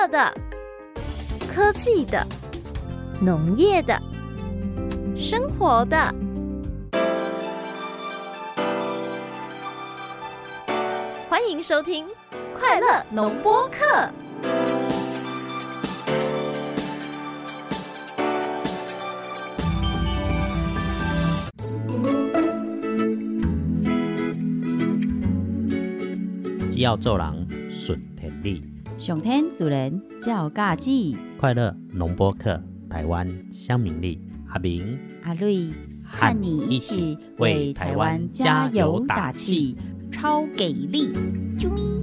乐的、科技的、农业的、生活的。欢迎收听快乐农播课。 只要做人顺天理， 上天自然照家子。 快乐农播课，台湾乡民力，阿明、 阿瑞和你一起为台湾加油打气，超给力！啾咪！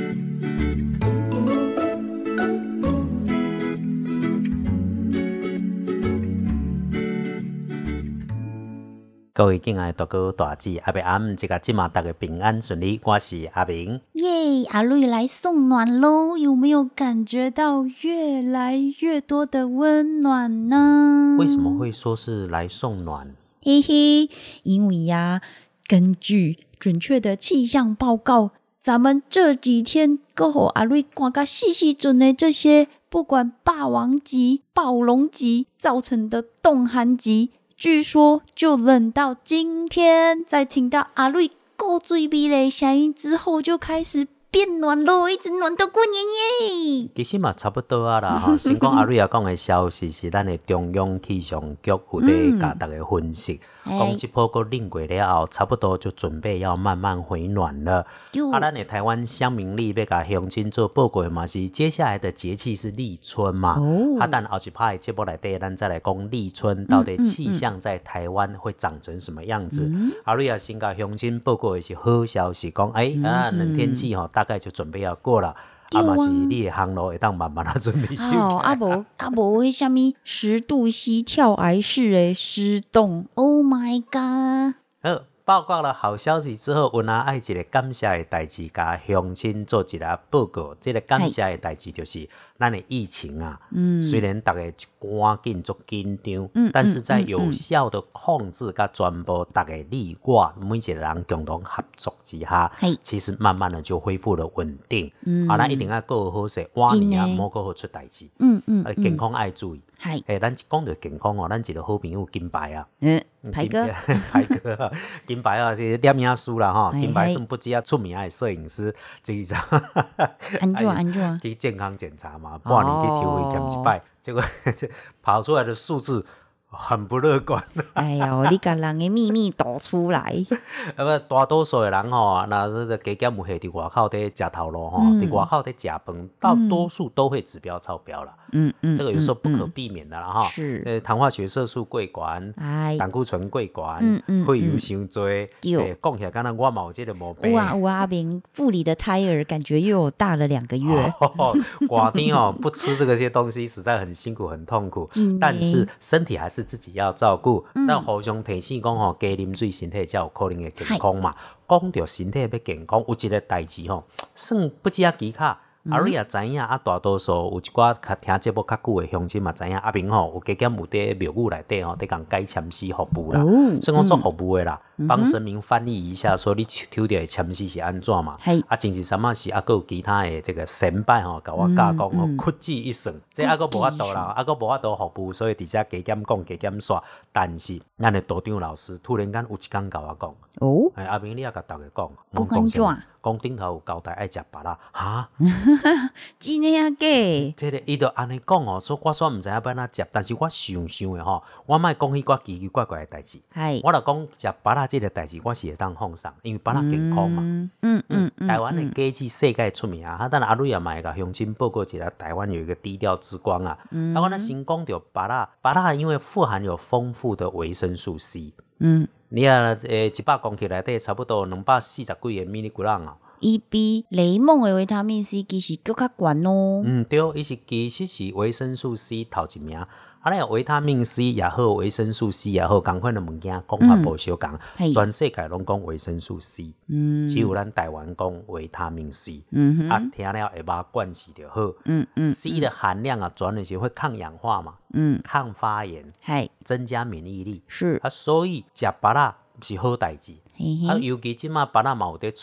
各位敬爱的大哥大姐，阿伯阿姆，这个今晚大家平安顺利，我是阿明。 耶，阿瑞来送暖喽！有没有感觉到越来越多的温暖呢？ 为什么会说是来送暖？ 嘿嘿，因为呀，根据准确的气象报告，咱们这几天够好阿瑞看个细细准的这些，不管霸王级、暴龙级造成的冻寒级。据说就冷到今天，在听到阿瑞够嘴鼻的声音之后，就开始变暖咯，一直暖到过年耶。 其实嘛差不多啊啦哈。先讲阿瑞也讲的消息是咱的中央气象局有在甲大家分析，讲这波个冷过了后，差不多就准备要慢慢回暖了。咱的台湾乡民力要甲乡亲做报告嘛，是接下来的节气是立春嘛。但后一趴的节目内底，咱再来讲立春到底气象在台湾会长成什么样子。阿瑞也先甲乡亲报告的是好消息，讲冷天气大概就准备要过了。嘛是你的航路会当慢慢准备收起来。 阿无迄什么10度 C 跳崖式的湿冻 ，Oh my god！ 报告了好消息之后，阮爱一个感谢的代志，甲乡亲做一个报告。这个感谢的代志就是咱的疫情啊，虽然大家赶紧足紧张，但是在有效的控制甲传播，大家你我每一个人共同合作之下，其实慢慢的就恢复了稳定。咱一定要过好势，晚年啊莫过好出代志。健康爱注意。咱讲到健康咱一个好朋友金牌啊， 牌哥， 金牌啊，是念名书啦哈。金牌算不只要出名的摄影师，就是安怎去健康检查嘛，半年去抽血检一摆，结果跑出来的数字很不乐观。 哎呦，你把人的秘密抖出来。 大多数的人那这个加减有下伫外口在吃头路伫外口在吃饭，大多数都会指标超标了。这个有时候不可避免的啦哈。是，糖化血色素过悬，胆固醇过悬，会油伤多。讲起来，刚才我嘛有这个毛病。 有啊，阿明腹里的胎儿感觉又有大了2个月。 寒天不吃这些东西实在很辛苦很痛苦，但是身体还是自己要照顾。咱互相提醒讲加啉水，身体才有可能会健康嘛。讲到身体要健康，有一个代志算不只奇卡。阿瑞也知影，大多数有一寡听节目较久的乡亲嘛知影，阿明有加减有伫庙宇内底伫讲改签诗服务啦，所以讲做服务的啦，帮神明翻译一下，说你抽到的签诗是安怎嘛？真是什么是还有其他的这个神拜甲我教讲屈指一算，这还佫无法度啦，还佫无法度服务，所以伫遮加减讲加减煞。但是咱的道长老师突然间有一天甲我讲，阿明你也甲大家讲，讲顶头有交代爱食巴拉哈。 真的啊假？ 这个伊就安尼讲所以我煞毋知影要安怎食，但是我想的我莫讲迄寡奇奇怪怪的代志。我就讲食巴拉这个代志，我是会当放松，因为巴拉健康嘛。台湾的鸡翅世界出名啊，但阿瑞也嘛会甲乡亲报告一下，台湾有一个低调之光啊。我咱先讲到巴拉因为富含有丰富的维生素 C。你啊100公克内底差不多240几个 mg 啊。 伊比雷蒙的维他命 C 其实更较悬哦。 对，伊是其实是维生素 C 头一名。维他命 C 也好，维生素 C 也好，同款的物件讲法无相同。全世界拢讲维生素 C，只有咱台湾讲维他命 C。听了会把惯习就好。C 的含量主要是会抗氧化嘛，抗发炎，增加免疫力。是所以食巴拉是好代志。尤其即马巴拉嘛有在出。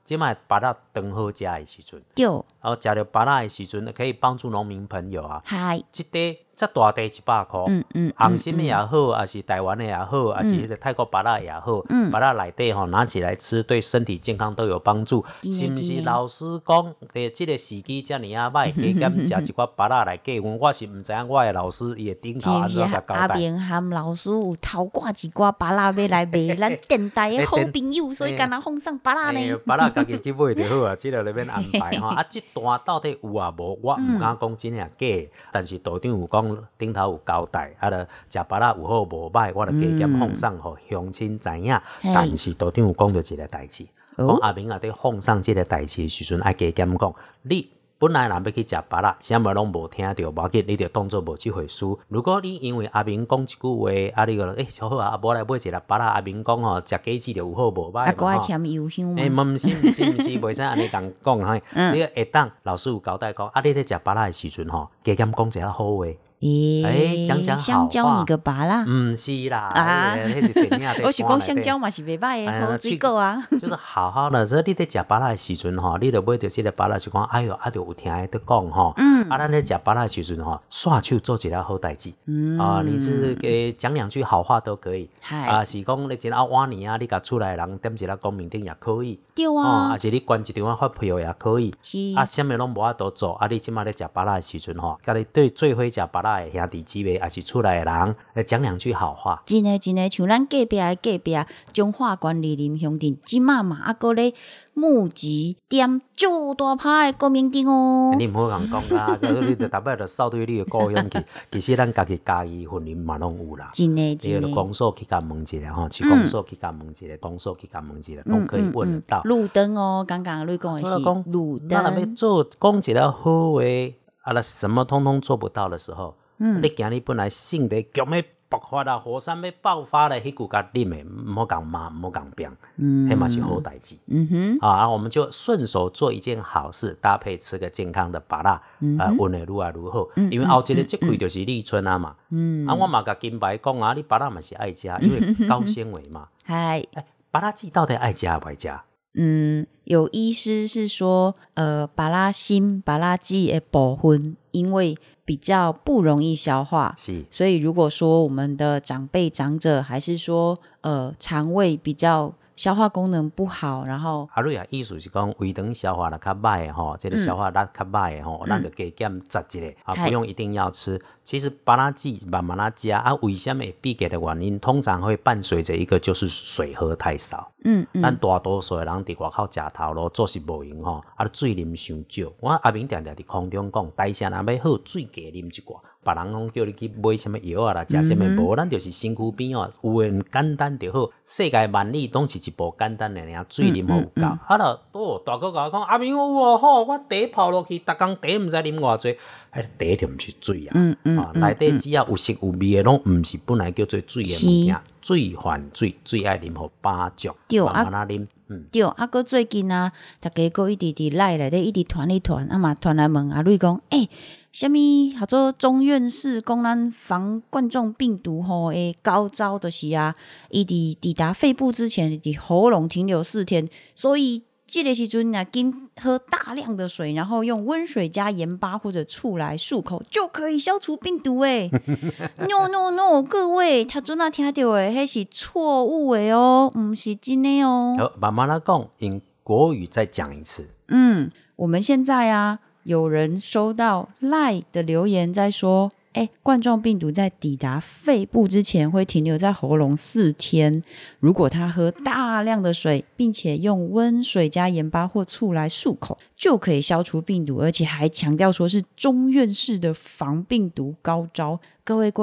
即摆芭乐长好食的时阵， 对， 然后食着芭乐的时阵，可以帮助农民朋友啊。 嗨， 一袋这大袋100块，红心的也好，还是台湾的也好，还是那个泰国芭乐也好，芭乐内底吼拿起来吃，对身体健康都有帮助。是不是老师讲的这个时机这么啊歹，加减食一寡芭乐来过？我是唔知影我的老师伊的顶头安怎甲交代。 阿明和老师有偷挂一寡芭乐要来卖，咱电台的好朋友，所以敢若奉上芭乐呢。 芭乐家己去买就好啊，这个里面安排吼。啊，这段到底有啊无？我唔敢讲真啊假，但是道长有讲顶头有交代，啊，着食芭乐有好无歹，我着加减奉上互乡亲知影。但是道长有讲到一个代志，讲阿明啊，伫奉上这个代志的时阵，爱加减讲你。本来人要去食芭乐，啥物拢无听到，无要紧，你着当作无即回事。如果你因为阿明讲一句话，啊，你个好啊，无来买一粒芭乐，阿明讲吼，食果子着有好无歹嘛吼。 啊，爱添油香嘛。 毋是，袂使安尼讲嘿。你下当老师有交代讲，啊，你咧食芭乐的时阵吼，加减讲一下好话。讲好话。 香蕉你个芭乐？ 是啦，那是电影我是讲香蕉嘛是袂歹的，好水果啊。 就是好好的，所以你咧食芭乐的时阵吼，你着买着这个芭乐是讲，哎哟，啊，着有听伊在讲吼。啊，咱咧食芭乐的时阵吼，刷手做一了好代志。啊，你是讲两句好话都可以。啊，是讲你一个晚年啊，你甲厝内人点一粒光明灯也可以。 对啊。 啊，是你关一张发票也可以。 是。 啊，啥物拢无法度做，啊，你即马咧食芭乐的时阵吼，甲你对最会食芭乐的兄弟姊妹，还是厝内的人，讲两句好话。 真的，像咱隔壁的隔壁中华关梨林乡镇，即马嘛还搁咧募集点足大批的国民党哦。 你唔好咁讲啦，你着逐摆着扫对你的故乡去。其实咱家己家己婚姻嘛拢有啦。 真的。 你着公所去甲问一下吼，去公所去甲问一下，公所去甲问一下，都可以问得到。 路灯哦，刚刚你讲的是路灯。 那要做讲一个好话，啊，什么通通做不到的时候，你今日本来性地强要爆发啦，火山要爆发咧，迄句甲啉的，唔好讲骂，唔好讲变，迄嘛是好代志。啊，我们就顺手做一件好事，搭配吃个健康的芭乐，运会愈来愈好。因为后一个节气就是立春啊嘛。啊，我嘛甲金牌讲啊，你芭乐嘛是爱食，因为高纤维嘛。 嗨， 芭乐籽到底爱食不爱食？ 有医师是说，芭乐心、芭乐籽的部分，因为比较不容易消化， 是， 所以如果说我们的长辈长者，还是说肠胃比较消化功能不好，然后阿瑞啊，意思是讲胃肠消化力较歹的吼，这个消化力较歹的吼，咱就加减食一个啊，不用一定要吃。其实芭乐籽慢慢加啊，为什么会闭结的原因，通常会伴随着一个就是水喝太少。咱大多数的人伫外口食头路做是无用吼，啊，水啉伤少。我阿明常常伫空中讲，代谢若要好，水加啉一寡。别人拢叫你去买什么药啊啦，食什么无，咱就是身躯边哦，有诶简单就好。世界万里拢是一部简单诶尔，水啉好有够。啊啦，大哥甲我讲，阿明有哦吼，我茶泡落去，逐工茶毋知啉偌济，迄茶就毋是水啊。内底只要有色有味诶，拢毋是本来叫做水诶物件。水还水，水爱啉互饱足，慢慢啉。 对，啊，搁最近啊，大家搁一直伫赖内底一直传一传，啊嘛传来问阿瑞讲，什么叫做中院士讲咱防冠状病毒吼的高招，就是啊，伊伫抵达肺部之前，伫喉咙停留4天，所以这个时阵啊，紧喝大量的水，然后用温水加盐巴或者醋来漱口，就可以消除病毒诶。No， 各位，他准啊听到诶，迄是错误的哦，不是真的哦。 好，慢慢来讲，用国语再讲一次。 我们现在啊。有人收到 LINE 的留言在说，冠状病毒在抵达肺部之前会停留在喉咙4天，如果他喝大量的水，并且用温水加盐巴或醋来漱口，就可以消除病毒，而且还强调说是中院式的防病毒高招。各位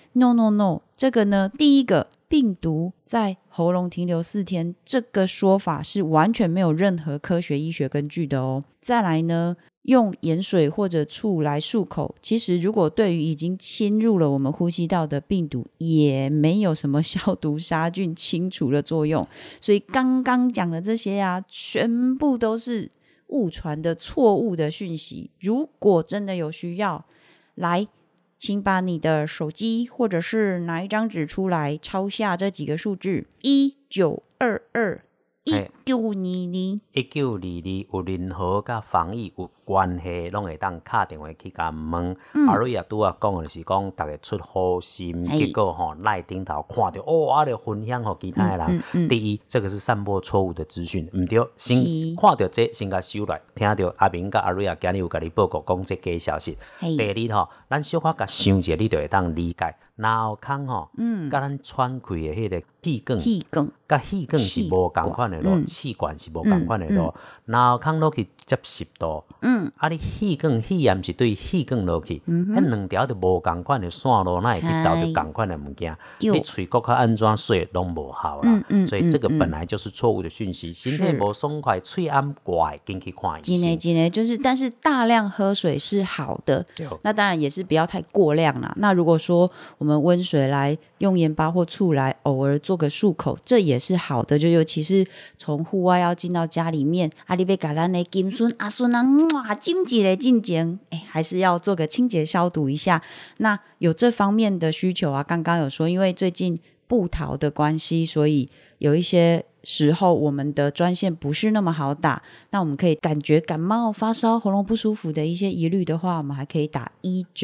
No， 这个呢，第一个病毒在喉咙停留4天这个说法是完全没有任何科学医学根据的哦。再来呢，用盐水或者醋来漱口，其实如果对于已经侵入了我们呼吸道的病毒，也没有什么消毒杀菌清除的作用。所以刚刚讲的这些啊，全部都是误传的错误的讯息。如果真的有需要，来请把你的手机或者是拿一张纸出来，抄下这几个数字：1922 1922 有任何甲防疫有关系，拢会当打电话去甲问。阿瑞也拄啊讲的就是讲，大家出好心，结果吼赖顶头看到就分享给其他的人。第一，这个是散播错误的资讯，唔对，先看到这先甲收来，听到阿明甲阿瑞今日有甲你报告讲这假消息。第二吼，咱小可甲想一下，你就会当理解。然后空吼，甲咱喘气的迄个气管，甲气管是无共款的咯，气管是无共款的咯。然后空落去接湿度，你气管气炎是对气管落去，迄两条就无共款的线路，那会去导着共款的物件。你喙骨较安怎说拢无效啦。所以这个本来就是错误的讯息，身体无爽快，喙暗怪，紧去看医生。 真的就是，但是大量喝水是好的，那当然也是不要太过量啦。那如果说我们温水来用盐巴或醋来偶尔做个漱口，这也是好的。就尤其是从户外要进到家里面，你要把咱的金孙阿孙啊浸一个进前，还是要做个清洁消毒一下。那有这方面的需求啊，刚刚有说，因为最近布桃的关系，所以有一些时候我们的专线不是那么好打，那我们可以感觉感冒、发烧、喉咙不舒服的一些疑虑的话，我们还可以打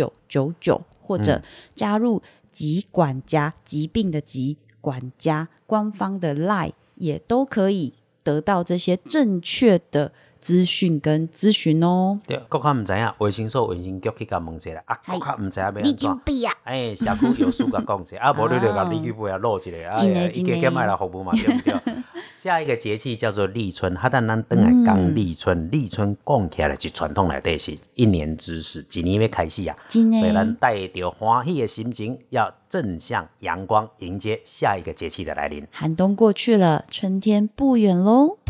1999，或者加入疾管家，疾病的疾管家官方的 LINE， 也都可以得到这些正确的资讯跟咨询哦。 对，国较唔知影，卫生所、卫生局去甲问一下啦。国较唔知影要安怎。社区有事甲讲一下，无你就甲你去背录一下。一个点爱来服务嘛，对不对？下一个节气叫做立春，咱等来讲立春。立春讲起来是传统内底是一年之始，一年要开始啊，所以咱带着欢喜的心情，要正向阳光迎接下一个节气的来临。 寒冬过去了，春天不远喽。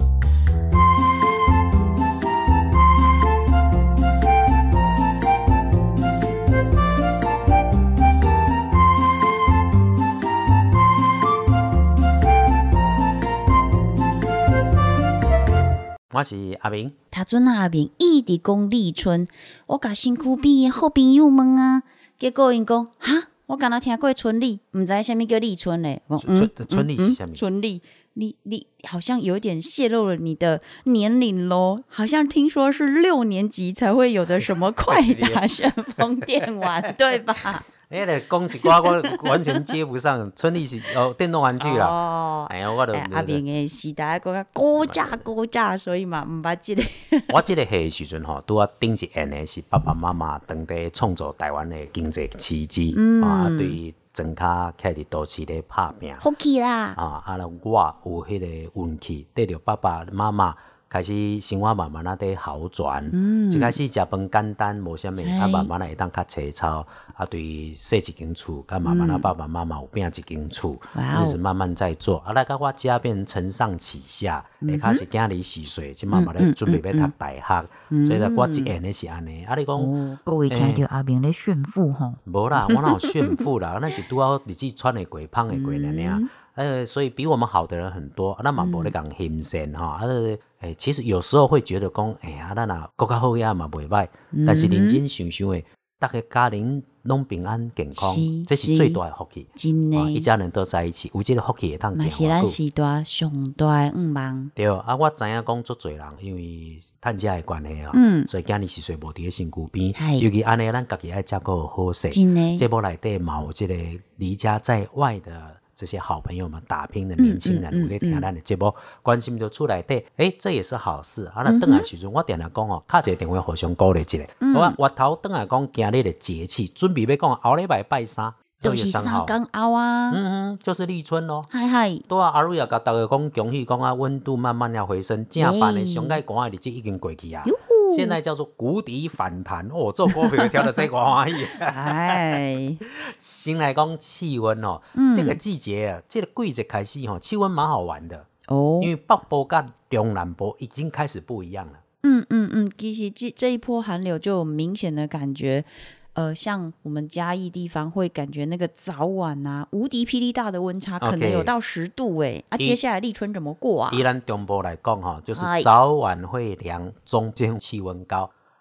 我是阿明， 他阵阿明一直讲立春，我甲身躯边的好朋友问啊，结果因讲哈，我敢若听过春历，唔知什么叫立春嘞？ 春历是什么？ 春历，你好像有点泄露了你的年龄咯，好像听说是6年级才会有的什么快打旋风电玩，对吧？ 讲一寡我完全接不上，春历是电动玩具啦。 阿明的时代讲高价，所以嘛唔捌这个。 我这个岁的时阵吼，拄啊顶一年的是爸爸妈妈当地创造台湾的经济奇迹，对庄脚徛伫都市咧拍拼， 福气啦！ 我有迄个运气，得到爸爸妈妈。开始生活慢慢在好转，一开始食饭简单无啥物，慢慢会当较粗糙，对洗一间厝，慢慢爸爸妈妈有变一间厝，日子慢慢在做，来到我家变承上启下，下开始囝儿4岁，即慢慢咧准备要读大学，所以我一言的是安尼。你讲， 各位听到阿明咧炫富吼？ 无啦，我哪有炫富啦？那是拄好日子穿的过，胖的过尔。所以比我们好的人很多，那嘛无咧讲欣赏哈。其实有时候会觉得讲，咱若国较好呀嘛袂歹，但是认真想想的，大家家庭拢平安健康，这是最大的福气。 真的， 一家人都在一起，有这个福气会当行。 嘛是咱时代上大的愿望。 对我知影讲足侪人，因为趁家的关系所以囝儿4岁无伫咧身躯边，尤其安尼咱家己爱照顾好势。 真的， 这部内底嘛有这个离家在外的。这些好朋友们打拼的年轻人，有在听咱的节目，关心就出来底，这也是好事。那等来时阵，我定来讲敲一个电话互相鼓励一下。我头等来讲今日的节气，准备要讲后礼拜拜3， 就是3天后啊。 就是立春咯。 嗨， 对啊，阿瑞也甲大家讲恭喜讲温度慢慢要回升，正版的上介寒的日子已经过去啊。现在叫做谷底反弹做股票跳得这个欢喜。先来讲气温这个季节这个季节开始气温蛮好玩的因为北部跟中南部已经开始不一样了。 其实这一波寒流就有明显的感觉。像我们嘉义地方会感觉那个早晚无敌霹雳大的温差，可能有到10度接下来立春怎么过啊？ 以咱中部来讲就是早晚会凉，中间气温高。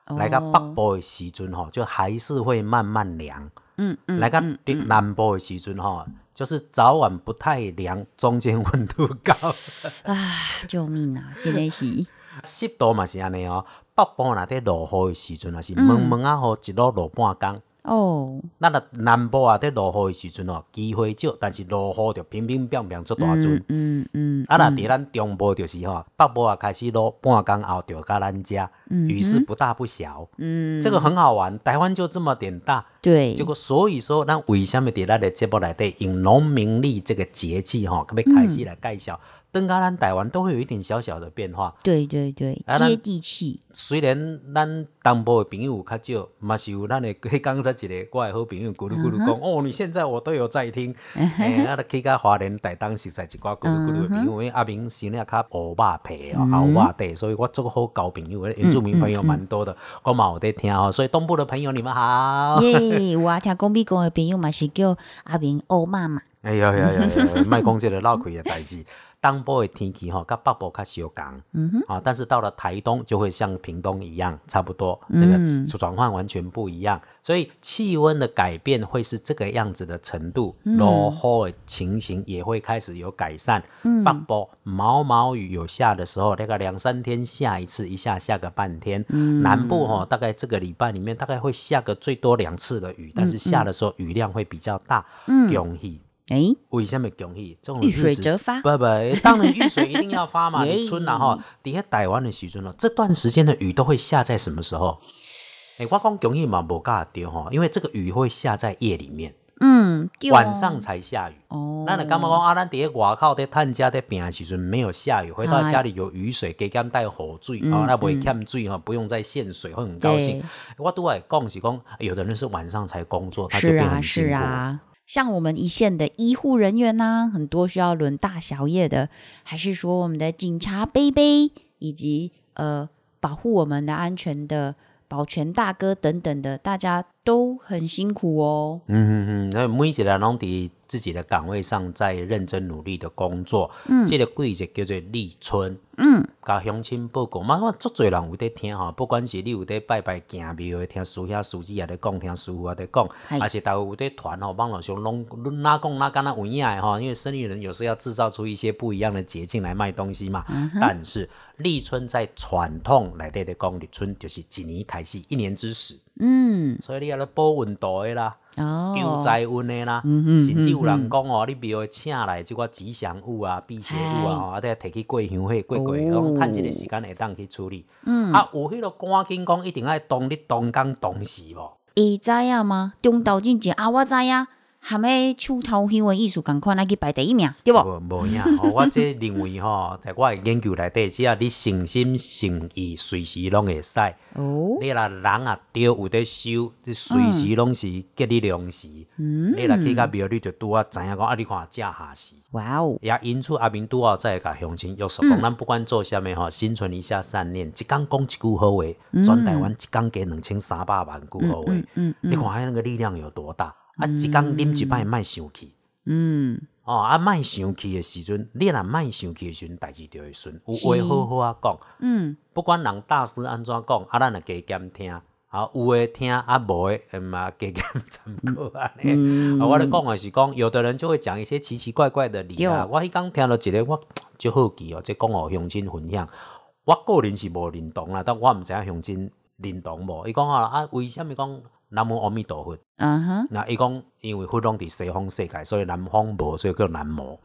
来到北部的时阵就还是会慢慢凉。来到南部的时阵就是早晚不太凉，中间温度高。 救命啊！真的是湿度嘛是安尼北部若在落雨的时阵，是蒙蒙啊雨，一落落半工。咱南部在落雨的时阵机会少，但是落雨就乒乒乓乓足大阵。若伫咱中部就是北部开始落半工后就到咱家，雨势不大不小。这个很好玩，台湾就这么点大。 对， 结果所以说，咱为什么伫咱的节目内底用农民历这个节气要开始来介绍？登到咱台湾都会有一点小小的变化。 对对对，接地气。 虽然咱东部的朋友较少，嘛是有咱的迄刚才一个我的好朋友咕噜咕噜讲，你现在我都有在听。去到花莲台东实在一寡咕噜咕噜的朋友，因为阿明生了较黑肉皮黑肉底，所以我做好交朋友，原住民朋友蛮多的，我嘛有在听所以东部的朋友你们好。 我听讲美国的朋友嘛是叫阿明欧妈妈。 哎呀，莫讲这个闹开的代志。东部的天气跟北部较相同，但是到了台东就会像屏东一样，差不多那个转换完全不一样，所以气温的改变会是这个样子的程度，落雨的情形也会开始有改善。北部毛毛雨有下的时候，大概2-3天下一次，一下个半天。南部大概这个礼拜里面大概会下个最多2次的雨，但是下的时候雨量会比较大。恭喜！为什么恭喜？这种遇水则发。 不，当然遇水一定要发嘛。你春在台湾的时阵这段时间的雨都会下在什么时候？我讲恭喜嘛，不假对因为这个雨会下在夜里面。晚上才下雨。那你刚刚讲咱在外口在探家在拼的时阵没有下雨，回到家里有雨水，加减带雨水那不会欠水不用再限水，会很高兴。我都会讲是讲，有的人是晚上才工作，他就变很辛苦。 像我们一线的医护人员很多需要轮大小夜的，还是说我们的警察贝贝，以及保护我们的安全的保全大哥等等的，大家都很辛苦哦。 每一个人都在自己的岗位上在认真努力的工作。这个季节叫做立春。甲乡亲报告，我足多人有在听不管是你有在拜拜行庙的，听师兄师姐也在讲，听师傅也在讲，还是大家有在团网络上拢哪讲哪敢若有影的因为生意人有时候要制造出一些不一样的节庆来卖东西嘛。但是立春在传统内底的讲，立春就是一年开始，一年之始。所以你要保温度的啦，救灾运的啦，甚至有人讲你庙会请来这个吉祥物啊、辟邪物啊，再摕去过香火、过趁这个时间会当去处理。有迄个赶紧讲一定要当日当工当时无？ 会知影吗？中昼进前我知影。含迄手头香的艺术同款来去排第一名，对不？ 无影我这认为在我的研究内底，只要你诚心诚意，随时拢会使。你若人对有在收，你随时拢是给你良时。你若去到庙，你就拄知影讲你看这下时。 哇哦！ 也因此阿明拄好再甲乡亲约束讲，咱不管做啥物心存一下善念，一天讲一句好话，全台湾一天加2300万句好话。你看那个力量有多大？一天啉一摆，莫生气。莫生气的时阵，你若莫生气的时阵，代志就会顺。有话好好讲。不管人大师安怎讲，咱就加减听。有的听，无的嘛加减参考安尼。我咧讲的是讲，有的人就会讲一些奇奇怪怪的理啊。我迄天听到一个，我就好奇这讲乡亲分享。我个人是无认同啦，但我毋知影乡亲认同无。伊讲为什么讲？南无阿弥陀佛。那伊讲，因为佛拢伫西方世界，所以南方无，所以叫南无。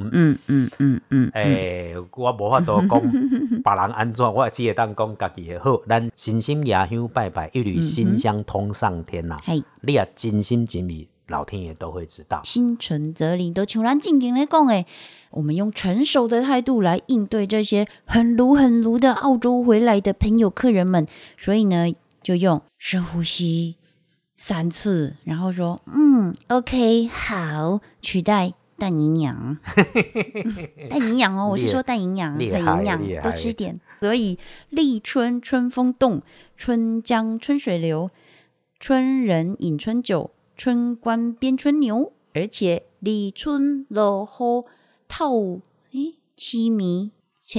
我无法度讲别人安怎，我只会当讲家己的好。咱心心野香拜拜，一缕馨香通上天呐。你也真心真意，老天爷都会知道。 心诚则灵，都像咱正经咧讲诶，我们用成熟的态度来应对这些很卢的澳洲回来的朋友客人们，所以呢，就用深呼吸3次，然后说OK 好，取代蛋营养蛋营养我是说蛋营养，很营养，多吃点。所以立春春风动，春江春水流，春人饮春酒，春官鞭春牛，而且立春落雨透凄迷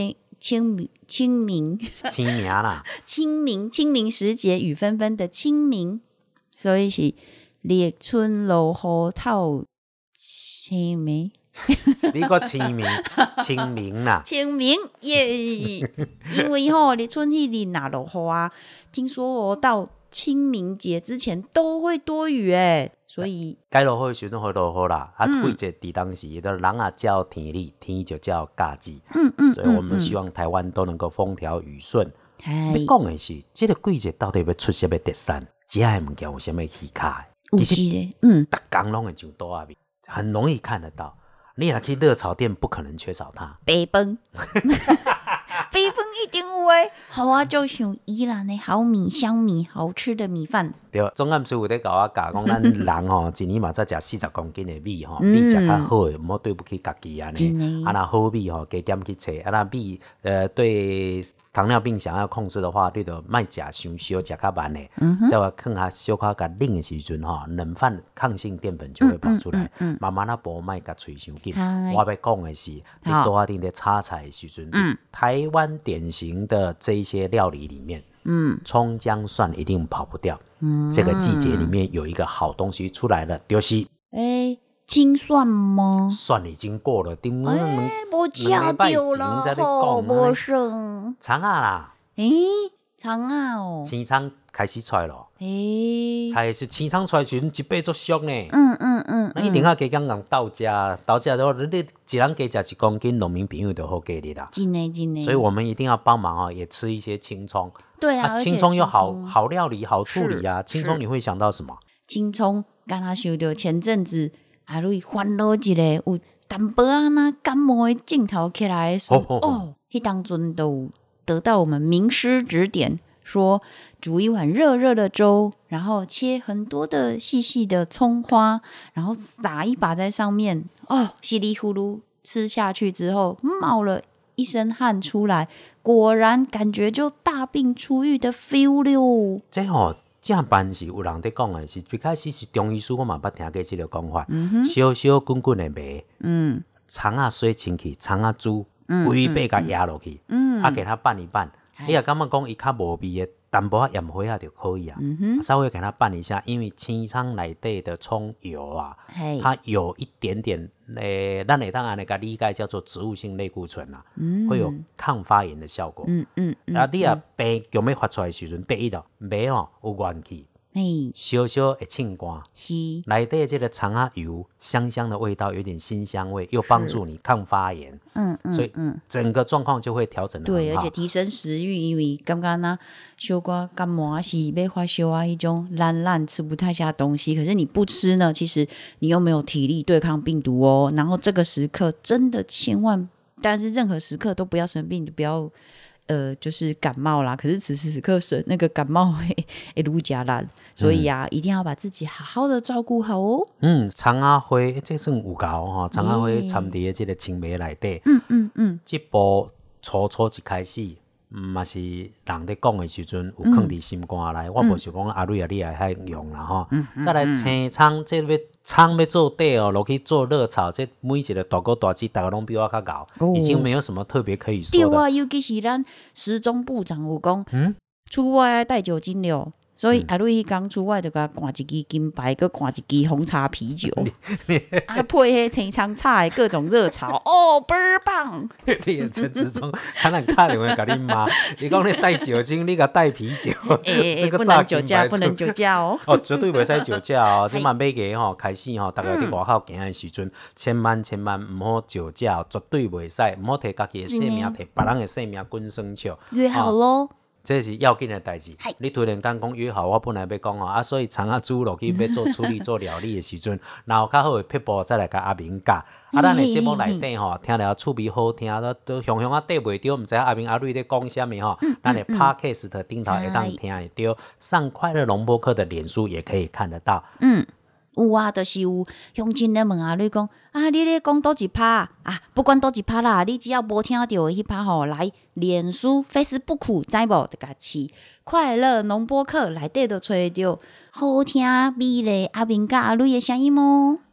清明啦， 清明时节雨纷纷的清明，所以是立春落雨透清明。 你个清明啦， 清明耶，因为立春迄日若落雨啊，听说到清明节之前都会多雨所以该落雨的时阵会落雨啦。季节伫当时，人也照天理，天就照假期。所以我们希望台湾都能够风调雨顺。你讲的是，这个季节到底要出什么特产？食的物件有什么稀卡的？ 其实， 每天拢会上桌啊，很容易看得到。你若去热炒店，不可能缺少它。 白饭，白饭一定有好啊，就像宜兰的好米、香米，好吃的米饭。 对，总干师傅在教我讲，咱人一年嘛才食40公斤的米米食较好的，唔好对不起家己安尼。那好米加点去找。那米对糖尿病想要控制的话，你就莫食伤少，食较慢的。稍微放下小可甲冷的时阵冷饭抗性淀粉就会跑出来。慢慢那薄莫甲吹伤紧。我要讲的是，你多一点的炒菜的时阵，台湾典型的这一些料理里面，葱姜蒜一定跑不掉。这个季节里面有一个好东西出来了，就是青蒜吗？ 蒜已经过了， 无吃到了，无剩葱啊啦， 葱啊青葱开始出来了，才是青葱出来时阵一倍足俗呢。那一定要加讲豆价的话，你一人加食1公斤，农民朋友就好给你啦。 真的。 所以我们一定要帮忙也吃一些青葱。 对啊， 青葱又好料理、好处理啊。青葱你会想到什么？ 青葱，刚刚想到前阵子阿瑞烦恼一个有淡薄感冒的镜头起来的时候，迄当阵都得到我们名师指点，说煮一碗热热的粥，然后切很多的细细的葱花，然后撒一把在上面，稀里呼噜吃下去之后，冒了一身汗出来，果然感觉就大病初愈的 feel 了。 正版是有人在讲的，是最开始是中医师，我嘛捌听过这个讲法，小小滚滚的糜，葱啊洗清气，葱啊煮，规把它压落去，给它拌一拌。你也感觉讲伊较无味的，淡薄盐花啊就可以啊。稍微给它拌一下，因为青葱内底的葱油啊，它有一点点咱会当安尼甲理解叫做植物性类固醇啊，会有抗发炎的效果。你啊病强要发出来的时阵，第一咯，糜有元气。小小会清寒，内底这个葱啊油香香的味道，有点辛香味，又帮助你抗发炎。所以整个状况就会调整得很好。 对，而且提升食欲，因为刚刚小可感冒是要发烧那种懒吃不太下东西，可是你不吃呢，其实你又没有体力对抗病毒哦。然后这个时刻真的千万，但是任何时刻都不要生病，不要。就是感冒啦，可是此时此刻是那个感冒会愈加难，所以一定要把自己好好的照顾好哦。 葱仔花这算有够葱仔花掺伫这个青梅内底。这步初一开始，嘛是人在讲的时阵有放伫心肝内，我无想讲阿瑞你也会用啦再来青葱，这葱要做底落去做热炒，这每一个大哥大姐大家拢比我较熬，已经没有什么特别可以说的。 对啊，尤其是咱时中部长有讲，出外要带酒精了。所以阿瑞刚出外就给他灌一支金牌，搁灌一支红茶啤酒，配迄青葱炒的各种热炒，倍儿棒！ 你的陈时中，他能打电话给你骂，你讲你带酒精，你给带啤酒， 不能酒驾，不能酒驾哦！ 绝对袂使酒驾哦！即满买个开始大家伫外口行的时阵，千万唔好酒驾，绝对袂使，唔好摕家己的性命，摕别人的性命滚生笑。 约好咯。 这是要紧的代志。你突然间讲约好，我本来要讲所以葱仔煮落去要做处理做料理的时阵，然后较好的撇步再来甲阿明教。咱的节目内底听了趣味好听，都雄雄对袂着，唔知阿明阿瑞咧讲啥物咱的 Podcast 顶头会当听会着，上快乐农播课的脸书也可以看得到。 有啊，就是有乡亲咧问阿瑞讲你咧讲倒一趴不管倒一趴啦，你只要无听到迄趴来脸书 Facebook 知无？就甲试快乐农播课内底就找到好听美丽阿明甲阿瑞的声音哦。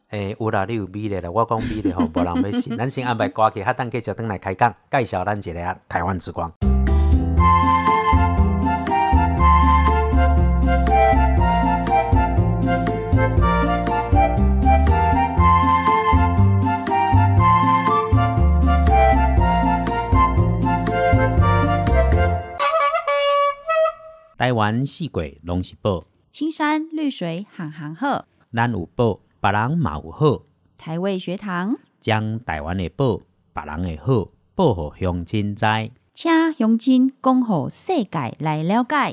有啦，你有美丽啦，我讲美丽吼，无人要信。咱先安排歌曲，等继续转来开讲，介绍咱一个台湾之光。台湾四季拢是宝， 青山绿水行行好， 咱有宝，别人嘛有好。 台味学堂将台湾的宝，别人的好，报互乡亲知。 请乡亲讲互世界来了解。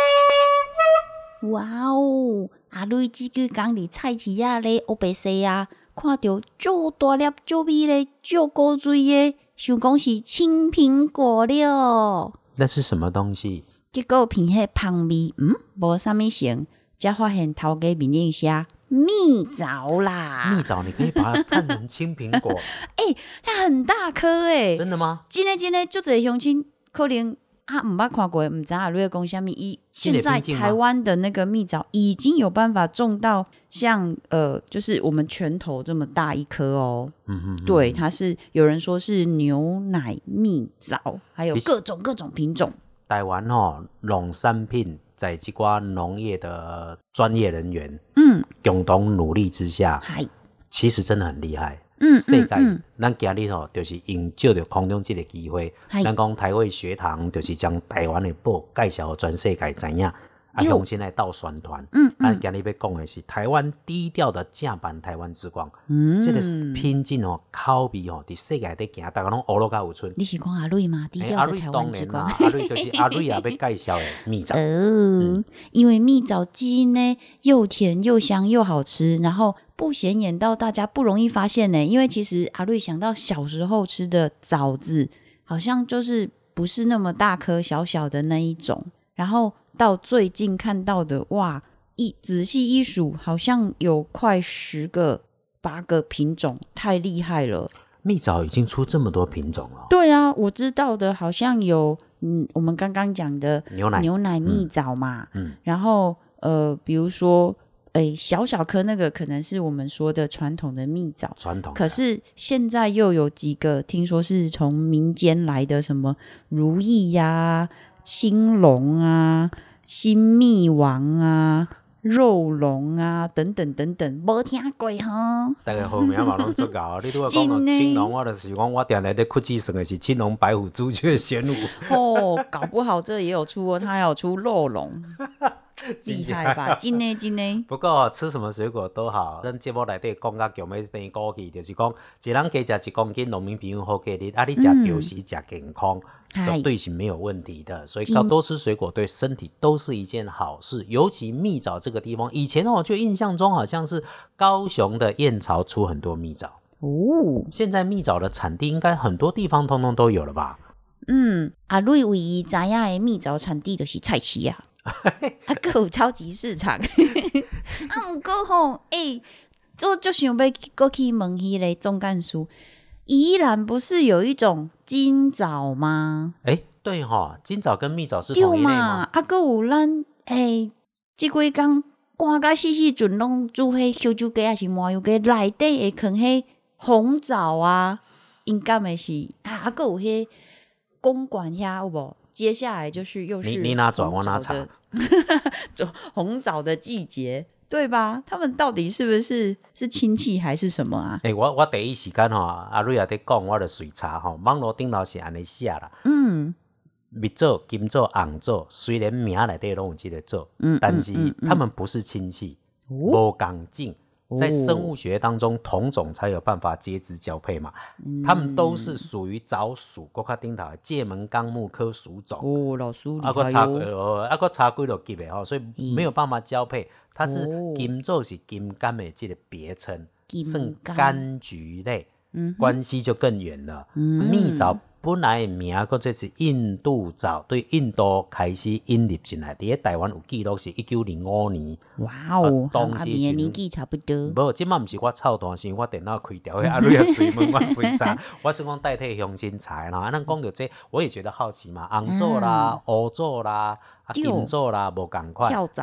哇哦！阿瑞这几天伫菜市仔咧乌白西啊，看到足大粒、足美丽、足古锥的，想讲是青苹果了。 那是什么东西？ 结果凭迄香味，无啥物成，才发现头家面顶写蜜枣啦。 蜜枣你可以把它看成青苹果。 它很大颗诶。 真的吗？ 真的，足侪乡亲可能毋捌看过，毋知影你讲啥物。现在台湾的那个蜜枣已经有办法种到像就是我们拳头这么大一颗哦。对，它是有人说是牛奶蜜枣，还有各种品种。 台湾农产品在这寡农业的专业人员共同努力之下，其实真的很厉害。世界咱今日就是用借着空中这个机会，咱讲台味学堂就是将台湾的宝介绍给全世界知影。乡亲来到宣传，咱今日要讲的是台湾低调的正版台湾之光，这个品质口味伫世界在行，大家拢学落甲有剩。 你是讲阿瑞吗？低调的台湾之光。 阿瑞就是阿瑞也要介绍的蜜枣。 因为蜜枣基呢又甜又香又好吃，然后不显眼到大家不容易发现呢。因为其实阿瑞想到小时候吃的枣子，好像就是不是那么大颗小小的那一种，然后到最近看到的，哇，仔细一数，好像有快10个、8个品种，太厉害了。 蜜枣已经出这么多品种了。 对啊，我知道的好像有，我们刚刚讲的牛奶蜜枣嘛，然后比如说，小小颗那个可能是我们说的传统的蜜枣，可是现在又有几个听说是从民间来的，什么如意呀、青龙啊、新蜜王啊、肉龙啊等等等等，没听过哈。 大家好名嘛拢足够，你如果讲青龙，我就是讲我定来在科技省的是青龙、白虎、朱雀、玄武。 搞不好这也有出哦，他还有出肉龙。厉害吧？真的。 不过吃什么水果都好，咱节目内底讲到强要生果气，就是讲一人加吃1公斤，农民朋友好给你，你吃对时吃健康，绝对是没有问题的。所以多吃水果对身体都是一件好事。尤其蜜枣这个地方，以前就印象中好像是高雄的燕巢出很多蜜枣现在蜜枣的产地应该很多地方通通都有了吧？ 阿瑞唯一知影的蜜枣产地就是菜市啊。还有超级市场不过吼我就想要过去问迄个总干事，宜兰不是有一种金枣吗？ 对金枣跟蜜枣是同一类吗？ 还有咱这几天赶到死阵拢煮迄烧酒鸡还是麻油鸡，内底会放迄红枣啊，应该的是还有迄公馆遐有无？接下来就是又是你拿转我拿茶红枣的季节，对吧？他们到底是不是亲戚还是什么啊？ 我第一时间阿瑞也在讲，我就随查网络顶头是安尼写啦。蜜枣、金枣、红枣，虽然名内底拢有这个枣，但是他们不是亲戚，无共种。在生物学当中，同种才有办法接枝交配嘛。他们都是属于枣属，搁较顶头的界门纲目科属种。 老师厉害哟！还差几落级的所以没有办法交配。它是金枣是金柑的这个别称，算柑橘类，关系就更远了。蜜枣本来的名，这是印度枣，对印度开始引入进来。在台湾有记录是1905年。 哇哦，和阿明的年纪差不多。 不，这摆不是我臭大声，我电脑开掉，阿瑞也随问我随查。我是讲代替乡亲查啦。咱讲到这，我也觉得好奇嘛。红枣啦、乌枣啦、金枣啦，无同款。 跳蚤。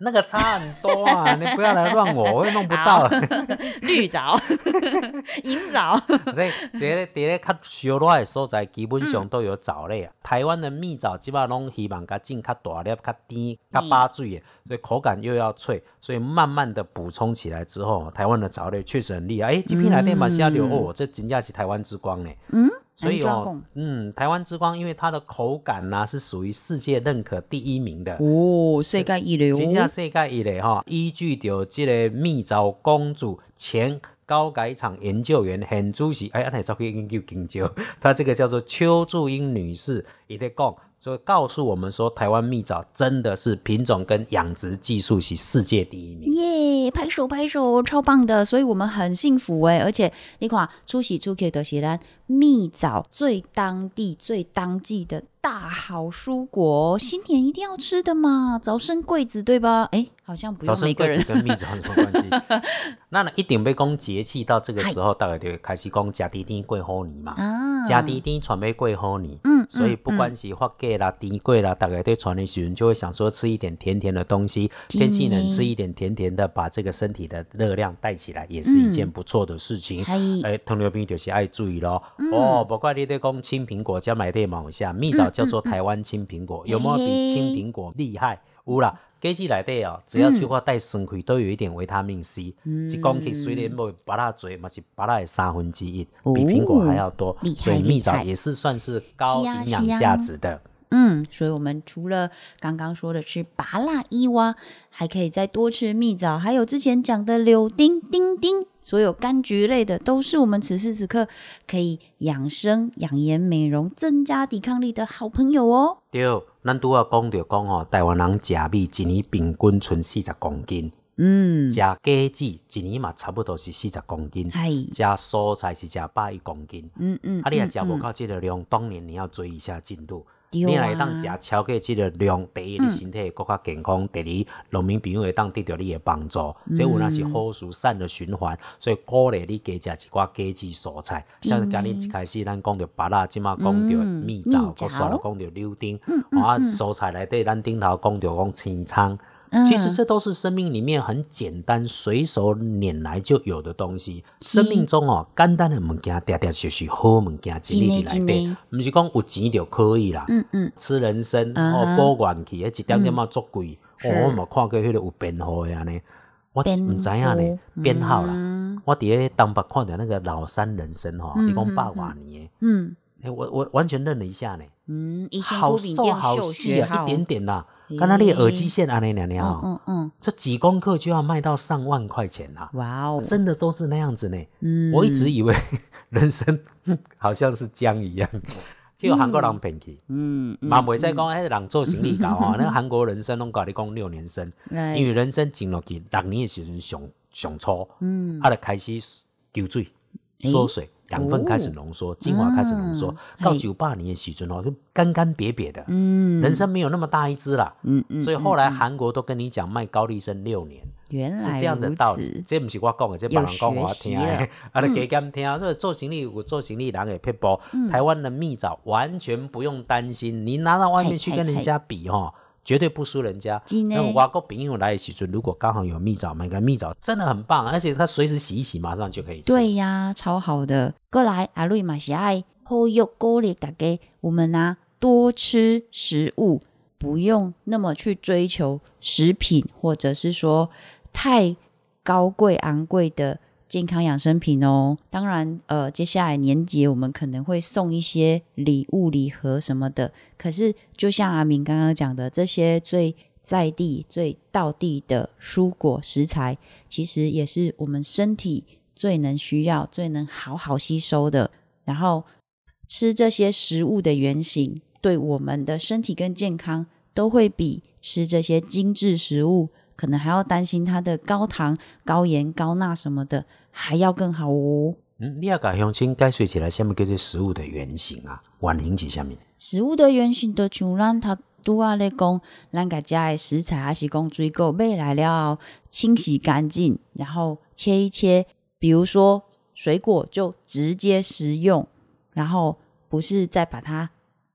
那个差很多啊，你不要来乱我会弄不到。 绿藻、银藻， 所以在较烧热的所在，基本上都有藻类啊。台湾的蜜枣基本上拢希望它种较大粒、较甜、较巴水的，所以口感又要脆，所以慢慢的补充起来之后，台湾的藻类确实很厉害。这篇来电嘛写到哦，这真正是台湾之光呢。所以台湾之光，因为它的口感是属于世界认可第1名的世界一流， 真正世界一流哈。依据着这个蜜枣公主前高改厂研究员很主席，安尼早去研究研究，她这个叫做邱祝英女士，也在讲。所以告诉我们说，台湾蜜枣真的是品种跟养殖技术是世界第1名。 耶，拍手拍手，超棒的！所以我们很幸福哎，而且你看，出席出去的是咱蜜枣最当地、最当季的大好蔬果，新年一定要吃的嘛，早生贵子对吧？好像不用每个人。 早生贵子跟蜜枣有什么关系？那一定要讲节气到这个时候，大概就会开始讲吃甜甜过好年嘛。吃甜甜传要过好年，所以不管是发粿啦、甜粿啦，大概在传的时候就会想说吃一点甜甜的东西，天气冷吃一点甜甜的，把这个身体的热量带起来，也是一件不错的事情。糖尿病就是要注意咯。不管你在讲青苹果，加买对嘛一下，蜜枣叫做台湾青苹果，有没有比青苹果厉害？有啦。果子内底只要去我带酸气，都有一点维他命 C。一公克虽然没巴拉多，嘛是巴拉的1/3，比苹果还要多，所以蜜枣也是算是高营养价值的。 所以我们除了刚刚说的吃芭乐伊娃，还可以再多吃蜜枣，还有之前讲的柳丁、丁丁，所有柑橘类的都是我们此时此刻可以养生、养颜、美容、增加抵抗力的好朋友哦。 对，咱拄仔讲到讲台湾人吃米一年平均存40公斤。吃果子一年嘛差不多是40公斤，吃蔬菜是吃110公斤。你也吃不到这个量，当然你要追一下进度。你来当吃超过这个量，第一你身体更加健康，第二农民朋友会当得到你的帮助，这有那是好事善的循环，所以鼓励你多吃一寡果子蔬菜。像今日一开始咱讲到芭乐，今嘛讲到蜜枣，我刷了讲到柳丁，蔬菜内底咱顶头讲到讲青葱。其实这都是生命里面很简单随手拈来就有的东西。生命中简单的物件常常就是好物件一日内底，不是讲有钱就可以啦。吃人参保元气，一点点足贵。我嘛看过迄个有编号的安尼，我唔知影呢编号啦。我伫咧东北看到那个老山人参伊讲100多年的，我完全认了一下呢。好瘦好细啊，一点点啦。刚才你的耳机线安尼娘这几公克就要卖到上万块钱啦！哇哦，真的都是那样子呢。我一直以为人参好像是姜一样，去韩国人骗去。嘛袂使讲迄人做生意搞那个韩国人参拢甲你讲6年参，因为人参种落去6年的时阵上粗，就开始求水缩水。养分开始浓缩，精华开始浓缩，到98年的时阵就干干瘪瘪的，人参没有那么大一支啦，所以后来韩国都跟你讲卖高丽参6年， 原来是这样的道理，这不是我讲的，这别人讲我听的，你加减听，所以做生意有做生意人的撇步，台湾的蜜枣完全不用担心，你拿到外面去跟人家比绝对不输人家。那外国朋友来的时候，如果刚好有蜜枣，买个蜜枣真的很棒，而且它随时洗一洗，马上就可以吃。 对呀，超好的。过来，阿瑞嘛是爱呼吁鼓励大家，我们多吃食物，不用那么去追求食品，或者是说太高贵昂贵的健康养生品哦。当然接下来年节我们可能会送一些礼物礼盒什么的，可是就像阿明刚刚讲的，这些最在地最道地的蔬果食材，其实也是我们身体最能需要最能好好吸收的，然后吃这些食物的原型对我们的身体跟健康都会比吃这些精致食物可能还要担心它的高糖高盐高钠什么的还要更好哦。 你要给乡亲解说起来什么叫做食物的原型啊？原型是什么？ 食物的原型就像咱他拄仔咧讲，咱家家的食材还是讲水果买来了清洗干净，然后切一切，比如说水果就直接食用，然后不是再把它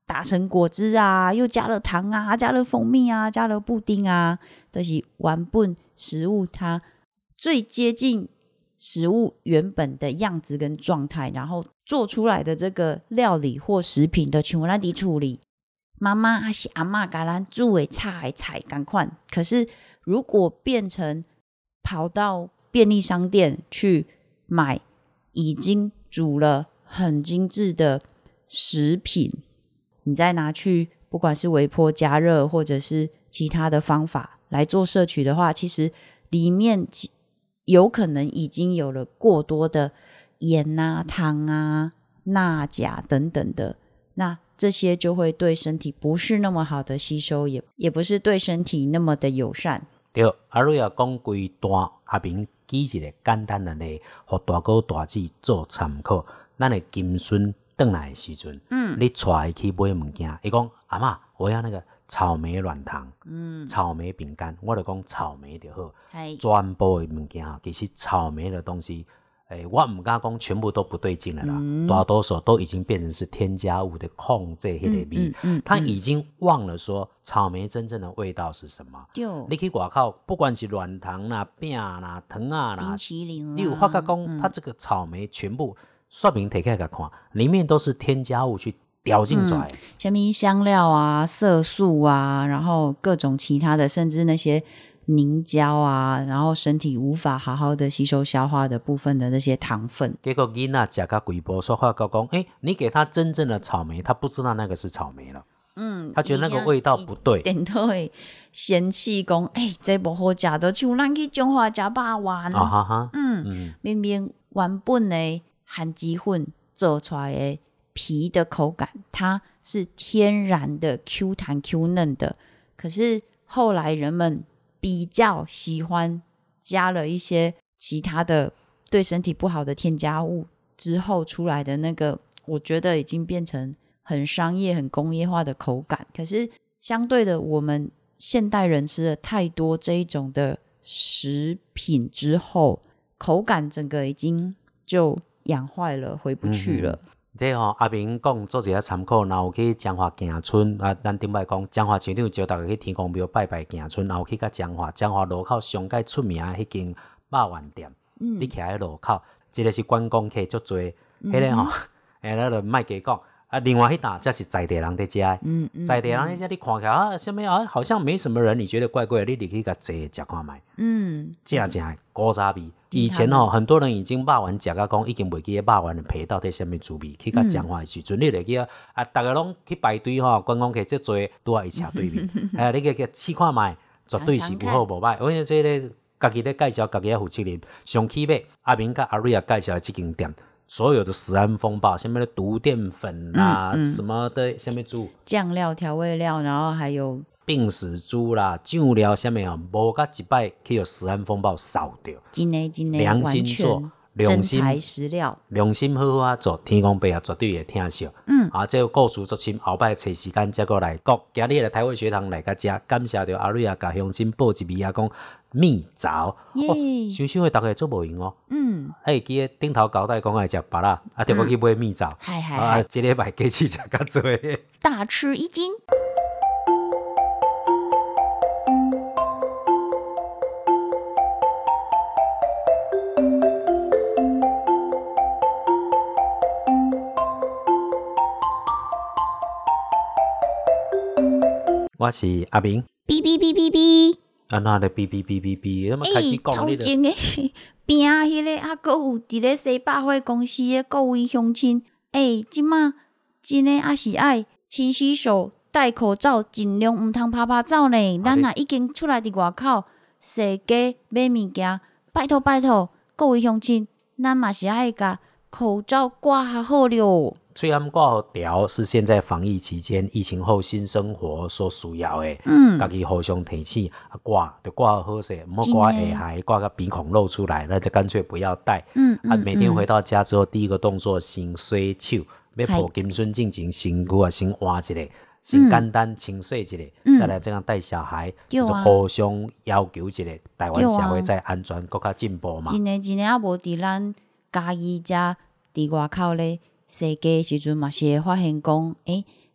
打成果汁啊，又加了糖啊，加了蜂蜜啊，加了布丁啊，就是原本食物它最接近食物原本的样子跟状态，然后做出来的这个料理或食品的像咱伫厝里妈妈还是阿嬷给咱煮的菜赶快。可是如果变成跑到便利商店去买已经煮了很精致的食品，你再拿去不管是微波加热或者是其他的方法来做摄取的话，其实里面有可能已经有了过多的盐啊、糖啊、钠钾等等的，那这些就会对身体不是那么好的吸收，也不是对身体那么的友善。 对，瑞也讲规段，阿明举一个简单的例，互大哥大姐做参考。咱的金孙转来的时阵，你带伊去买物件，伊讲阿嬷，我要那个草莓软糖，草莓饼干，我就讲草莓就好。全部的物件其实草莓的东西，我唔敢讲全部都不对劲了啦，大多数都已经变成是添加物的控制迄个味，他已经忘了说草莓真正的味道是什么。你去外口，不管是软糖啦、饼啦、糖啊啦、 冰淇淋啦， 你有发觉讲，它这个草莓全部说明摕起来看，里面都是添加物去掉进出来， 什么香料啊、色素啊，然后各种其他的，甚至那些凝胶啊，然后身体无法好好的吸收消化的部分的那些糖分。 结果囡仔吃到规波，说话讲，你给他真正的草莓，他不知道那个是草莓了。他觉得那个味道不对， 点都会嫌弃讲，这不好吃的，就咱去中华吃肉丸。明明原本的含鸡粉做出来的皮的口感，它是天然的 Q 弹 Q 嫩的，可是后来人们比较喜欢加了一些其他的对身体不好的添加物之后出来的那个，我觉得已经变成很商业很工业化的口感。可是相对的，我们现代人吃了太多这一种的食品之后，口感整个已经就养坏了，回不去了。 这阿明讲做一下参考，然后去彰化行村啊，咱顶摆讲彰化市长招大家去天公庙拜拜行村，然后去到彰化路口上界出名迄间肉丸店，你徛喺路口，这个是观光客足多，迄个咱就卖假讲。另外一档才是在地人在吃，在地人在吃，你看起来什么好像没什么人，你觉得怪怪的，你入去甲坐吃看卖，正古早味。以前很多人已经肉丸食到讲，已经袂记肉丸的皮到底什么滋味。去到彰化的时阵，你就记大家拢去排队观光客足多，拄啊伊吃对面，你去试看卖，绝对是有好无歹。因为这个家己咧介绍，家己要负责任。上起码阿明甲阿瑞也介绍的这间店。所有的食安风暴，什么的毒淀粉啦，什么的，什么猪酱料、调味料，然后还有病死猪啦、酱料什么无甲一摆去有食安风暴扫掉。 真的良心做，良心真材实料， 良心好好做，天公伯也绝对会听惜。这个故事足深，后摆找时间再过来讲。今日的台湾学堂来甲遮，感谢着阿瑞啊，甲乡亲报一味啊，讲蜜枣。想想的大家做无用记得顶头交代讲爱食芭乐，就要去买蜜枣。这礼拜加去食较多， 大吃一惊。 我是阿明。 哔哔哔哔哔。 那咧哔哔哔哔哔，那么开始讲你头前诶边迄个还有伫咧西百货公司诶各位乡亲，即马真诶还是爱勤洗手、戴口罩，尽量毋通拍照呢。咱若已经出来伫外口踅街买物件，拜托各位乡亲，咱嘛是爱甲口罩挂较好了。 嘴暗挂好调是现在防疫期间、疫情后新生活所需要的。家己互相提醒，挂就挂好势，莫挂下海，挂个鼻孔露出来，那就干脆不要戴。每天回到家之后，第一个动作先洗手，要抱金孙进前身躯啊，先换一下，先简单清洗一下，再来这样带小孩，就是互相要求一下，台湾社会再安全更加进步嘛。 真的啊，无伫咱家己遮伫外口咧。踅街的时阵嘛是会发现讲，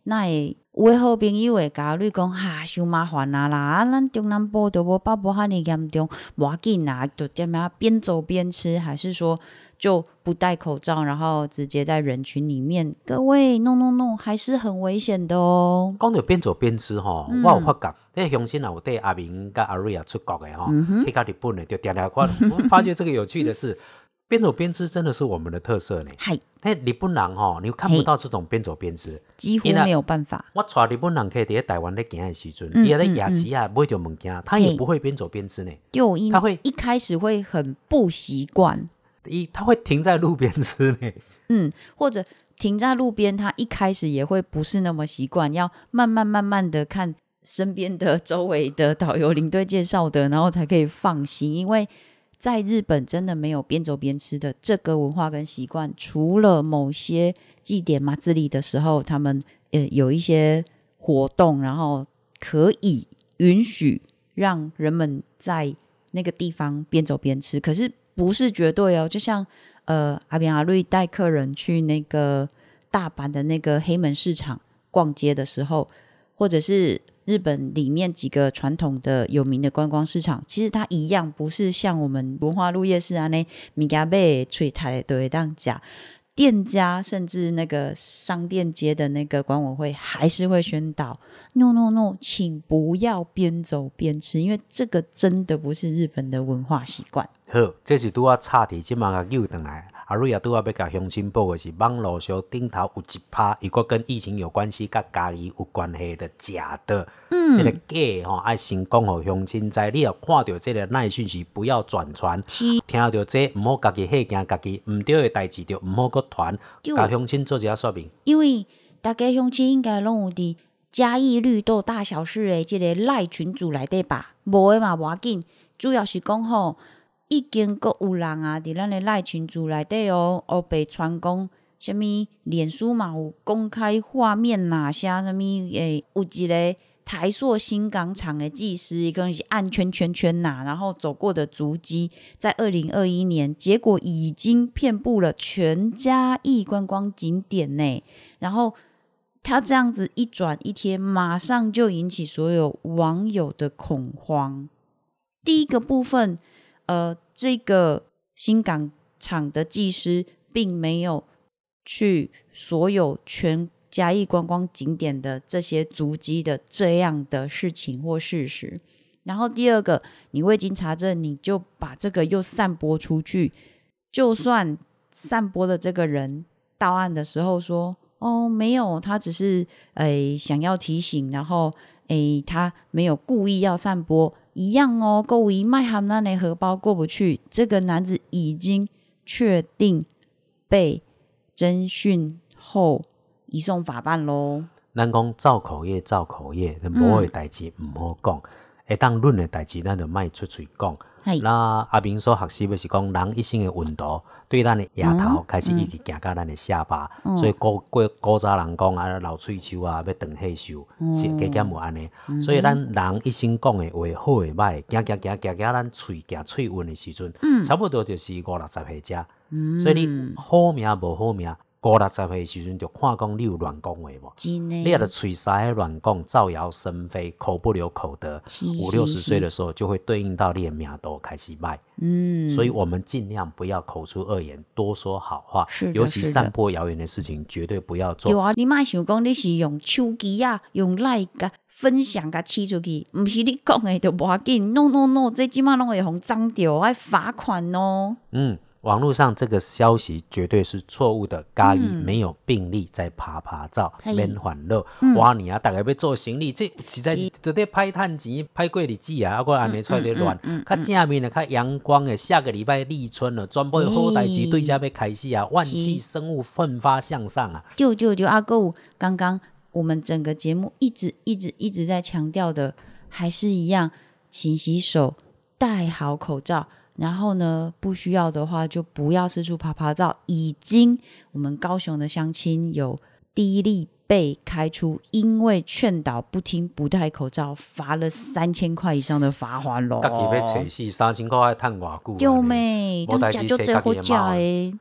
那会有的好朋友会甲你讲哈，伤麻烦啦，咱中南部就无爆破遐尼严重，无要紧啦，就这样边走边吃，还是说就不戴口罩，然后直接在人群里面？各位 ，no no no， 还是很危险的哦。 讲到边走边吃吼，我有发觉，那乡亲啊，有带阿明跟阿瑞啊出国的吼，去到日本的就定定看，我发觉这个有趣的是。边走边吃真的是我们的特色呢。 嗨， 那日本人吼，你看不到这种边走边吃， 几乎没有办法。 我带日本人可以在台湾在行的时阵，伊在夜市啊买着物件，他也不会边走边吃呢。 他会一开始会很不习惯， 他会停在路边吃呢。 或者停在路边，他一开始也会不是那么习惯，要慢慢的看身边的周围的导游领队介绍的，然后才可以放心，因为。在日本真的没有边走边吃的这个文化跟习惯，除了某些祭典马自里的时候，他们有一些活动，然后可以允许让人们在那个地方边走边吃，可是不是绝对哦。就像阿扁阿瑞带客人去那个大阪的那个黑门市场逛街的时候，或者是日本里面几个传统的有名的观光市场，其实它一样不是像我们文化路夜市啊那物件买嘴台都会当吃，店家甚至那个商店街的那个管委会还是会宣导 no no no， 请不要边走边吃，因为这个真的不是日本的文化习惯。 好，这是拄仔插题，即马甲扭转来。阿瑞也拄仔要甲乡亲报的是，网络上顶头有1%，如果跟疫情有关系、甲家己有关系的假的，这个假吼，爱先讲互乡亲知。你若看到这个赖讯息，不要转传。听到这唔好家己吓惊，家己唔对的代志就唔好搁传，甲乡亲做一下说明。 因为大家乡亲应该拢有伫嘉义绿豆大小事的这个赖群组内底吧，无的嘛无要紧，主要是讲吼。已经阁有人啊，伫咱的赖群组内底哦，被传讲什么脸书嘛有公开画面呐，写什么有一个台塑新港厂的技师，一个人是按圈圈圈呐，然后走过的足迹，在2021年，结果已经遍布了全嘉义观光景点呢。然后他这样子一转一贴，马上就引起所有网友的恐慌。第一个部分。这个新港厂的技师并没有去所有全嘉义观光景点的这些足迹的这样的事情或事实。然后第二个，你未经查证，你就把这个又散播出去，就算散播的这个人到案的时候说，哦，没有，他只是想要提醒，然后他没有故意要散播。一样哦，各位卖含咱的荷包过不去，这个男子已经确定被侦讯后移送法办咯。 咱讲造口业，造口业，无的代志唔好讲，会当论的代志，咱就莫出嘴讲。那阿明所学习的是讲，人一生的运动对咱的额头开始一直行到咱的下巴，所以古早人讲啊，老喙鬚啊，要长岁寿，是加减有安尼。所以咱人一生讲的话好的歹，行，咱喙行喙运的时阵，差不多就是50-60岁遮。所以你好命无好命。50-60岁的时阵，就看讲你有乱讲话无？你若嘴塞乱讲，造谣生非，口不留口德，50-60岁的时候就会对应到你的命都开始歹。所以我们尽量不要口出恶言，多说好话。尤其散播谣言的事情，绝对不要做。 对啊，你莫想讲你是用手机啊，用赖甲分享甲试出去，不是你讲的就无要紧。No no no， 这即马拢会互涨掉，爱罚款哦。 网络上这个消息绝对是错误的，嘉义没有病例在拍照，免烦恼。哇你啊，大家要做行李，这实在是在歹趁钱、歹过日子啊，还佫安尼出来乱。较正面的、较阳光的，下个礼拜立春了，全部有好代志对家要开始啊，万气生物奋发向上啊！就阿哥，刚刚我们整个节目一直在强调的，还是一样，勤洗手，戴好口罩。然后呢，不需要的话就不要四处拍照。已经我们高雄的乡亲有第一例被开除，因为劝导不听不戴口罩，罚了3000块以上的罚款咯。 家己要找死，3000块还趁偌久？ 对咩？当食就最好食的。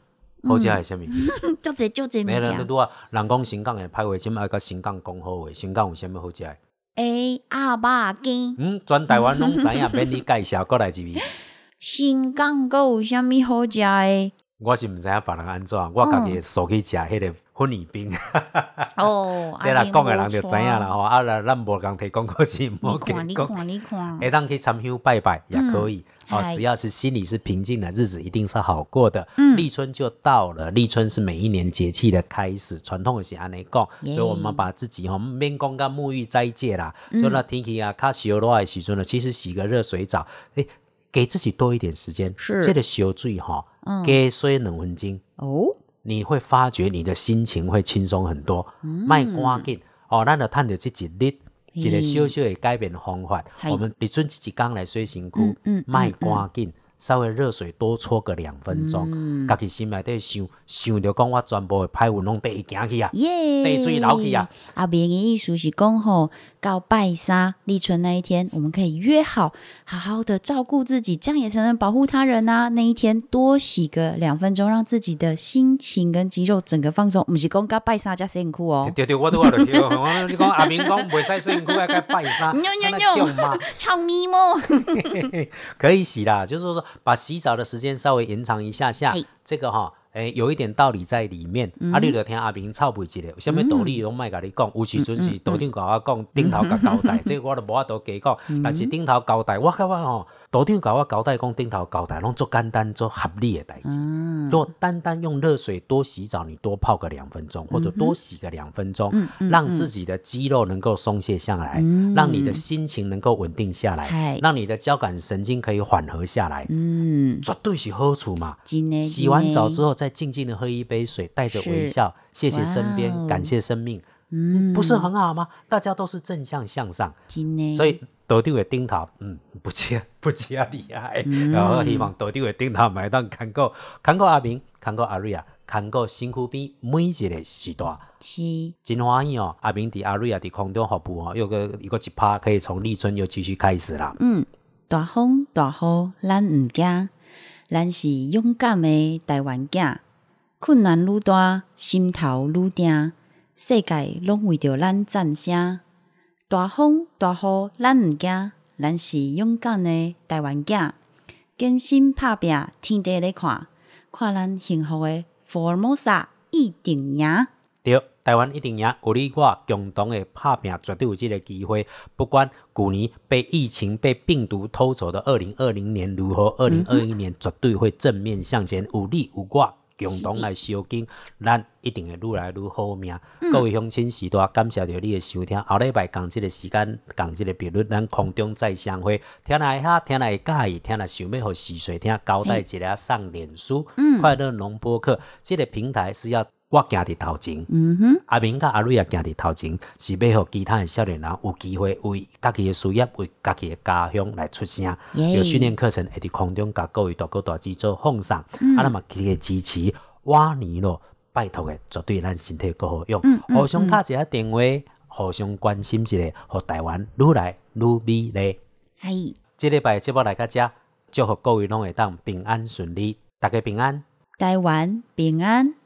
好食的什么？ 足侪物没人件。 拄啊，人讲新港的歹话，今爱甲新港讲好话，新港有啥物好食的？ 鸭肉羹， 全台湾拢知影，免你介绍，过来一味。 新港阁有啥物好食的？ 我是毋知影别人安怎，我家己数去食迄个粉耳冰。 哦， 这啦讲的人就知影啦吼，啊啦，咱无共提广告钱，无你看， 会当去参香拜拜也可以。 嗨只要是心里是平静的，日子一定是好过的。立春就到了，立春是每一年节气的开始，传统的是安尼讲，所以我们把自己免讲到沐浴斋戒啦，就那天气啊，较烧热的时阵呢，其实洗个热水澡，给自己多一点时间， 是这个烧水给水2分钟哦， 你会发觉你的心情会轻松很多，卖赶紧咱就趁着这一日。一个小小的改变方法，我们立春这一天来洗身躯，卖赶紧，稍微热水多搓个2分钟，家己心内底想着讲我全部的歹运拢第一行去啊，第水流去啊。 阿明的意思是讲吼，到拜三立春那一天，我们可以约好，好好的照顾自己，这样也才能保护他人啊。那一天多洗个2分钟，让自己的心情跟肌肉整个放松，不是讲到拜三才洗身躯哦。 对，我拄仔就听，你讲阿明讲袂使洗身躯，该拜三， 超咪么？ 可以洗啦，就是说把洗澡的时间稍微延长一下下，这个有一点道理在里面。你就听阿明臭屁一个，有啥物道理拢莫甲你讲，有时阵是道长甲我讲，顶头甲交代，这个我就无法度加讲。但是顶头交代，我道长甲我交代讲，顶头交代拢做简单做合理的代志。就单单用热水多洗澡，你多泡个2分钟，或者多洗个2分钟，让自己的肌肉能够松懈下来，让你的心情能够稳定下来，让你的交感神经可以缓和下来，绝对是好处嘛。洗完澡之后，再静静的喝一杯水，带着微笑，谢谢身边，感谢生命，不是很好吗？大家都是正向向上，所以道长的顶头，不加厉害。然后希望道长的顶头买当看过阿明，看过阿瑞啊，看过身躯边每一个时段， 是真欢喜哦。阿明伫阿瑞啊伫空中服务又个一趴可以从立春又继续开始啦。 大风大雨咱唔惊，咱是勇敢的台湾囝，困难愈大，心头愈定，世界拢为着咱赞声。大风大雨咱唔惊，咱是勇敢的台湾囝，坚心拍拼，天地咧看，看咱幸福的Formosa一定赢。 对，台湾一定赢，有你我共同的拍拼，绝对有这个机会。不管去年被疫情、被病毒偷走的2020年如何，2021年绝对会正面向前。有你有我共同来相紧，咱一定会愈来愈好命。各位乡亲时代，感谢着你的收听。后礼拜同这个时间，同这个频率，咱空中再相会。听来会听来会介意，听来想要互时水听，交代一下上脸书快乐农播客这个平台是要。我行伫头前，阿明甲阿瑞也行伫头前，是要互其他的少年人有机会为家己的事业、为家己的家乡来出声。有训练课程会伫空中甲各位大哥大姐做奉上，咱嘛记得支持挖泥咯，拜托的，绝对咱身体够好用。互相打一下电话，互相关心一下，互台湾愈来愈美丽。这礼拜节目来到这，祝福各位拢会当平安顺利，大家平安， 台湾平安。